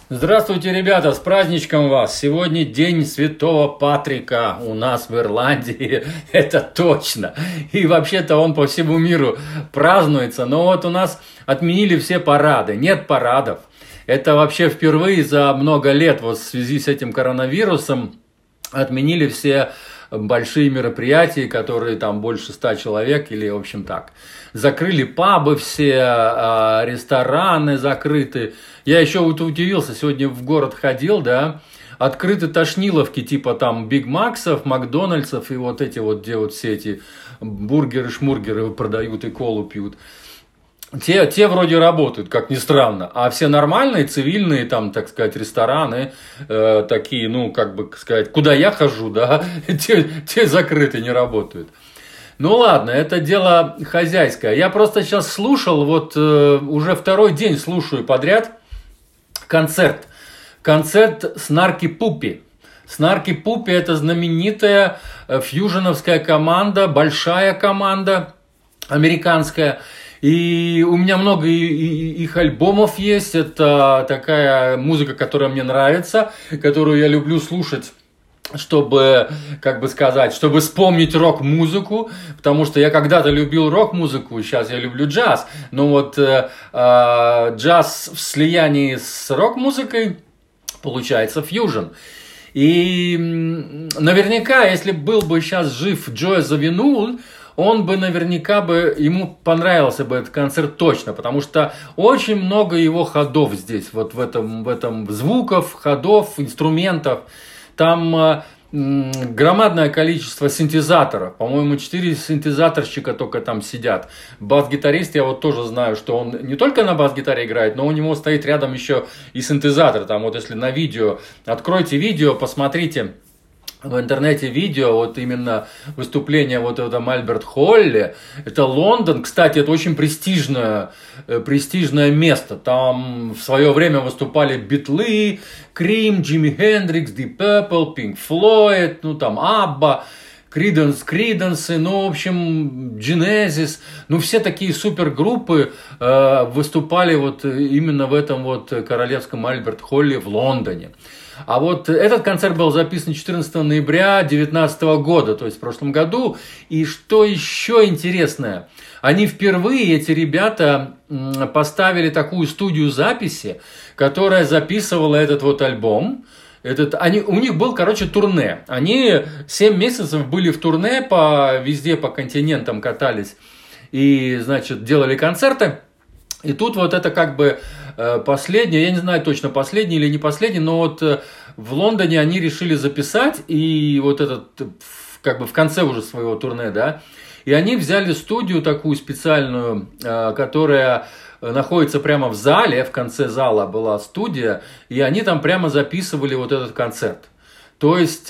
Здравствуйте, ребята, с праздничком вас! Сегодня день Святого Патрика у нас в Ирландии, это точно. И вообще-то он по всему миру празднуется, но вот у нас отменили все парады, нет парадов. Это вообще впервые за много лет вот в связи с этим коронавирусом отменили все большие мероприятия, которые там больше 100 человек или, в общем, так. Закрыли пабы все, рестораны закрыты. Я еще вот удивился, сегодня в город ходил, да, открыты тошниловки типа там Биг Максов, Макдональдсов и вот эти вот, где вот все эти бургеры, шмургеры продают и колу пьют. Те вроде работают, как ни странно, а все нормальные, цивильные, там, так сказать, рестораны, такие, ну, как бы сказать, куда я хожу, да, те закрыты, не работают. Ну ладно, это дело хозяйское. Я просто сейчас слушал, вот уже второй день слушаю подряд концерт Снарки Пупи. Снарки Пупи — это знаменитая фьюженовская команда, большая команда американская. И у меня много их альбомов есть. Это такая музыка, которая мне нравится, которую я люблю слушать, чтобы, как бы сказать, чтобы вспомнить рок-музыку, потому что я когда-то любил рок-музыку, сейчас я люблю джаз, но вот джаз в слиянии с рок-музыкой получается фьюжн. И наверняка, если был бы сейчас жив Джои Завинул, он бы наверняка ему понравился бы этот концерт точно, потому что очень много его ходов здесь, вот в этом звуков, ходов, инструментов. Там громадное количество синтезаторов, по-моему, 4 синтезаторщика только там сидят. Бас-гитарист, я вот тоже знаю, что он не только на бас-гитаре играет, но у него стоит рядом еще и синтезатор. Там вот если на видео, откройте видео, посмотрите в интернете видео, вот именно выступление вот в этом Альберт-Холле. Это Лондон, кстати, это очень престижное место. Там в свое время выступали Битлы, Крим, Джимми Хендрикс, Deep Purple, Pink Floyd, ну там Абба, Криденсы, ну, в общем, Genesis, ну, все такие супергруппы выступали вот именно в этом вот королевском Альберт-Холле в Лондоне. А вот этот концерт был записан 14 ноября 2019 года, то есть в прошлом году. И что еще интересное, они впервые, эти ребята, поставили такую студию записи, которая записывала этот вот альбом. У них был, короче, турне. Они 7 месяцев были в турне, везде по континентам катались и, значит, делали концерты. И тут вот это как бы последнее, я не знаю точно, последний или не последний, но вот в Лондоне они решили записать, и вот этот, как бы в конце уже своего турне, да, и они взяли студию такую специальную, которая находится прямо в зале, в конце зала была студия, и они там прямо записывали вот этот концерт. То есть,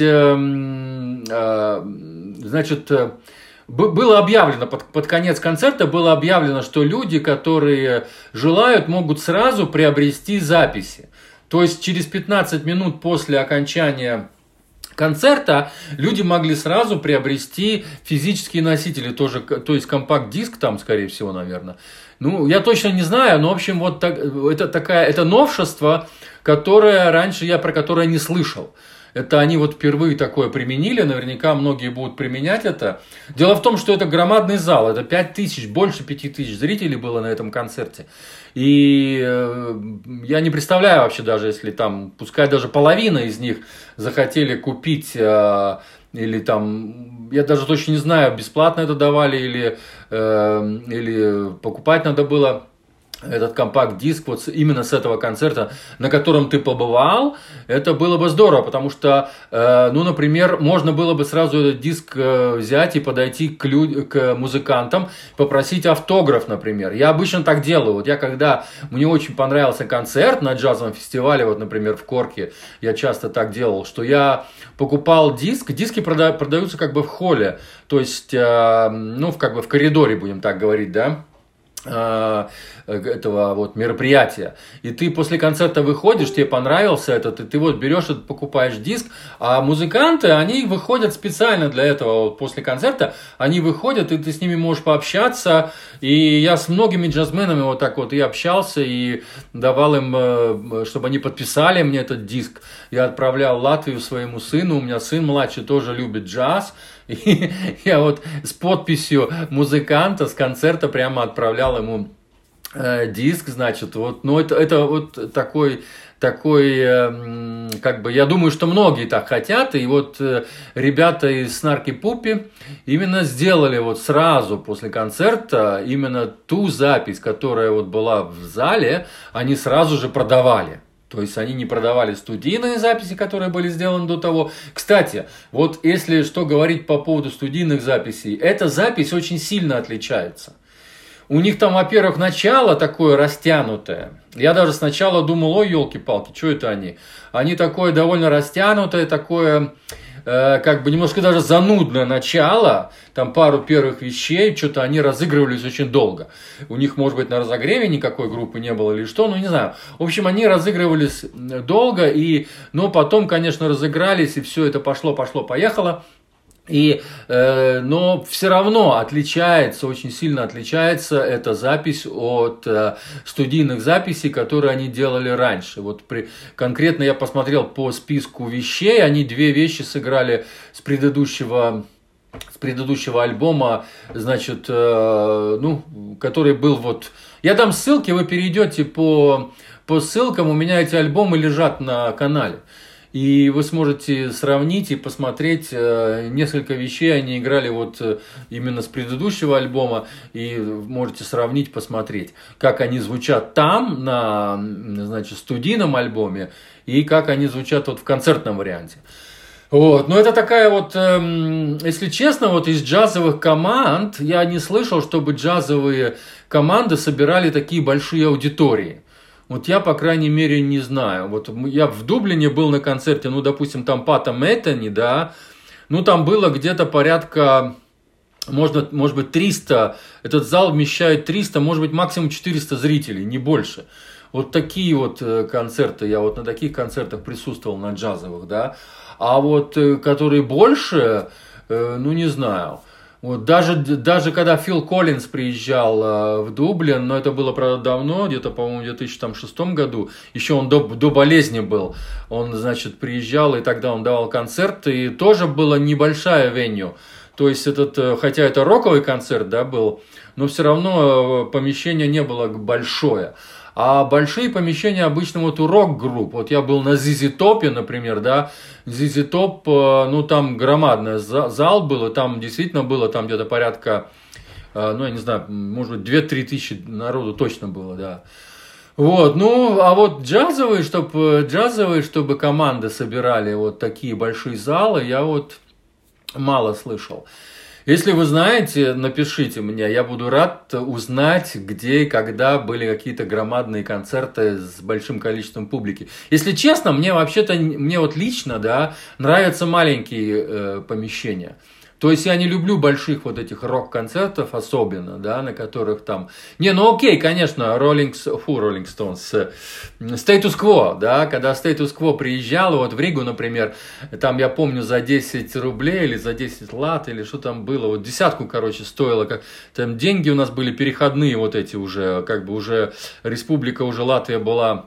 значит, было объявлено, под конец концерта было объявлено, что люди, которые желают, могут сразу приобрести записи. То есть через 15 минут после окончания концерта люди могли сразу приобрести физические носители, тоже, то есть компакт-диск там, скорее всего, наверное. Ну, я точно не знаю, но, в общем, вот так, это новшество, которое раньше про которое не слышал. Это они вот впервые такое применили, наверняка многие будут применять это. Дело в том, что это громадный зал, это 5000, больше 5000 зрителей было на этом концерте. И я не представляю вообще даже, если там, пускай даже половина из них захотели купить, или там, я даже точно не знаю, бесплатно это давали, или покупать надо было. Этот компакт-диск вот именно с этого концерта, на котором ты побывал, это было бы здорово, потому что, ну, например, можно было бы сразу этот диск взять и подойти к музыкантам, попросить автограф, например. Я обычно так делаю. Вот мне очень понравился концерт на джазовом фестивале, вот, например, в Корке, я часто так делал, что я покупал диски продаются как бы в холле, то есть, ну, как бы в коридоре, будем так говорить, да. этого вот мероприятия. И ты после концерта выходишь, тебе понравился этот, и ты вот берешь, покупаешь диск, а музыканты, они выходят специально для этого, вот после концерта, они выходят, и ты с ними можешь пообщаться, и я с многими джазменами вот так вот и общался, и давал им, чтобы они подписали мне этот диск. Я отправлял в Латвию своему сыну, у меня сын младший тоже любит джаз, и я вот с подписью музыканта с концерта прямо отправлял ему диск, значит, вот, ну это вот такой, как бы, я думаю, что многие так хотят, и вот ребята из Снарки Пупи именно сделали вот сразу после концерта именно ту запись, которая вот была в зале, они сразу же продавали. То есть они не продавали студийные записи, которые были сделаны до того. Кстати, вот если что говорить по поводу студийных записей, эта запись очень сильно отличается. У них там, во-первых, начало такое растянутое. Я даже сначала думал, ой, елки-палки, что это они? Они такое довольно растянутое, такое, как бы немножко даже занудное начало. Там пару первых вещей, что-то они разыгрывались очень долго. У них, может быть, на разогреве никакой группы не было или что, ну не знаю. В общем, они разыгрывались долго, но потом, конечно, разыгрались, и все это пошло-поехало. Но все равно отличается, очень сильно отличается эта запись от студийных записей, которые они делали раньше. Вот конкретно я посмотрел по списку вещей, они две вещи сыграли с предыдущего альбома, значит, который был вот... Я дам ссылки, вы перейдете по ссылкам, у меня эти альбомы лежат на канале. И вы сможете сравнить и посмотреть несколько вещей, они играли вот именно с предыдущего альбома, и можете сравнить, посмотреть, как они звучат там, на, значит, студийном альбоме, и как они звучат вот в концертном варианте. Вот. Но это такая вот, если честно, вот из джазовых команд я не слышал, чтобы джазовые команды собирали такие большие аудитории. Вот я, по крайней мере, не знаю. Вот я в Дублине был на концерте, ну, допустим, там Пата Мэттани, да, ну, там было где-то порядка, может быть, 300, этот зал вмещает 300, может быть, максимум 400 зрителей, не больше. Вот такие вот концерты, я вот на таких концертах присутствовал, на джазовых, да, а вот которые больше, ну, не знаю. Вот даже когда Фил Коллинз приезжал в Дублин, но это было, правда, давно, где-то, по-моему, в 2006 году, еще он до болезни был, он, значит, приезжал, и тогда он давал концерт, и тоже была небольшая веню, то есть хотя это роковый концерт, да, был, но все равно помещение не было большое. А большие помещения обычно вот у рок-групп. Вот я был на ZZ Top'е, например, да. ZZ Top, ну там громадный зал был, и там действительно было там где-то порядка, ну я не знаю, может быть 2-3 тысячи народу точно было, да. Вот, ну, а вот джазовые, чтобы команды собирали вот такие большие залы, я вот мало слышал. Если вы знаете, напишите мне, я буду рад узнать, где и когда были какие-то громадные концерты с большим количеством публики. Если честно, мне вот лично, да, нравятся маленькие помещения. То есть я не люблю больших вот этих рок-концертов особенно, да, на которых там... Ну окей, конечно, Rolling Stones, Status Quo, да, когда Status Quo приезжал, вот в Ригу, например, там, я помню, за 10 рублей или за 10 лат, или что там было, вот десятку, короче, стоило, как там деньги у нас были переходные вот эти уже, как бы уже республика, уже Латвия была...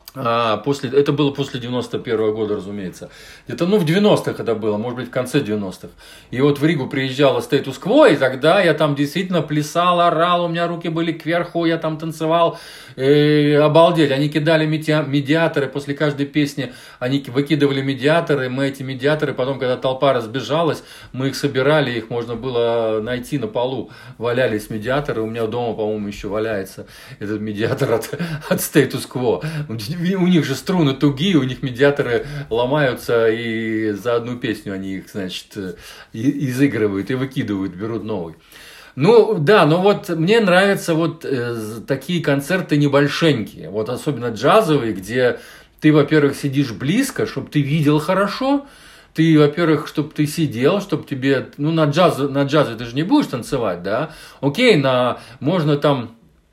это было после 91 года, разумеется. Где-то, в 90-х это было, может быть, в конце 90-х. И вот в Ригу приезжала Status Quo, и тогда я там действительно плясал, орал, у меня руки были кверху, я там танцевал. Обалдеть, они кидали медиаторы после каждой песни, они выкидывали медиаторы, мы эти медиаторы, потом, когда толпа разбежалась, мы их собирали, их можно было найти на полу, валялись медиаторы, у меня дома, по-моему, еще валяется этот медиатор от Status Quo. У них же струны тугие, у них медиаторы ломаются, и за одну песню они их, значит, изыгрывают и выкидывают, берут новый. Ну, да, но вот мне нравятся вот такие концерты небольшенькие, вот особенно джазовые, где ты, во-первых, сидишь близко, чтобы ты видел хорошо, ты, во-первых, чтобы ты сидел, чтобы тебе, на джазе ты же не будешь танцевать, да, окей, можно там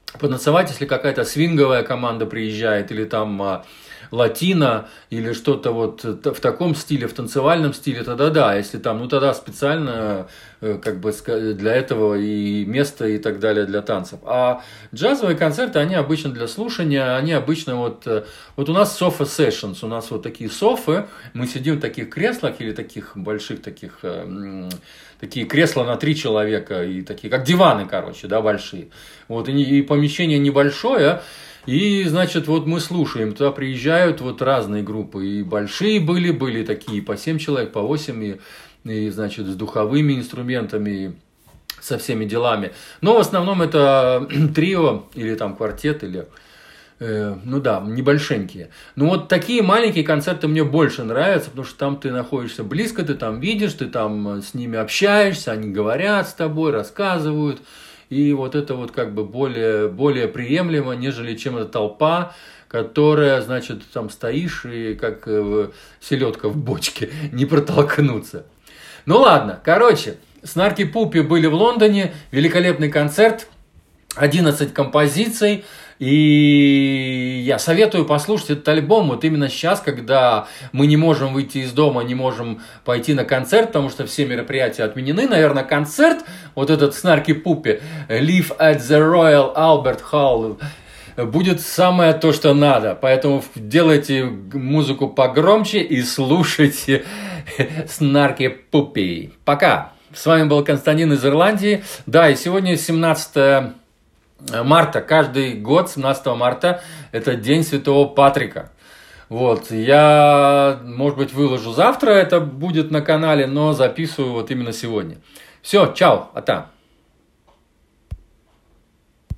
потанцевать, если какая-то свинговая команда приезжает, или там латино, или что-то вот в таком стиле, в танцевальном стиле, тогда да, если там, ну тогда специально как бы для этого и место и так далее для танцев. А джазовые концерты, они обычно для слушания, они обычно вот у нас sofa sessions, у нас вот такие софы, мы сидим в таких креслах или таких больших таких, такие кресла на 3 человека, и такие, как диваны, короче, да, большие. Вот, и помещение небольшое. И, значит, вот мы слушаем, туда приезжают вот разные группы, и большие были такие по 7 человек, по 8, и значит, с духовыми инструментами, со всеми делами. Но в основном это трио, или там квартет, или, ну да, небольшенькие. Ну вот такие маленькие концерты мне больше нравятся, потому что там ты находишься близко, ты там видишь, ты там с ними общаешься, они говорят с тобой, рассказывают. И вот это вот как бы более приемлемо, нежели чем эта толпа, которая, значит, там стоишь и как селедка в бочке, не протолкнуться. Ну ладно, короче, Snarky Puppy были в Лондоне, великолепный концерт, 11 композиций. И я советую послушать этот альбом вот именно сейчас, когда мы не можем выйти из дома, не можем пойти на концерт, потому что все мероприятия отменены. Наверное, концерт, вот этот Snarky Puppy, Live at the Royal Albert Hall, будет самое то, что надо. Поэтому делайте музыку погромче и слушайте Snarky Puppy. Пока! С вами был Константин из Ирландии. Да, и сегодня 17 марта, каждый год, 17 марта, это День Святого Патрика. Вот, я, может быть, выложу завтра, это будет на канале, но записываю вот именно сегодня. Все, чао, ата.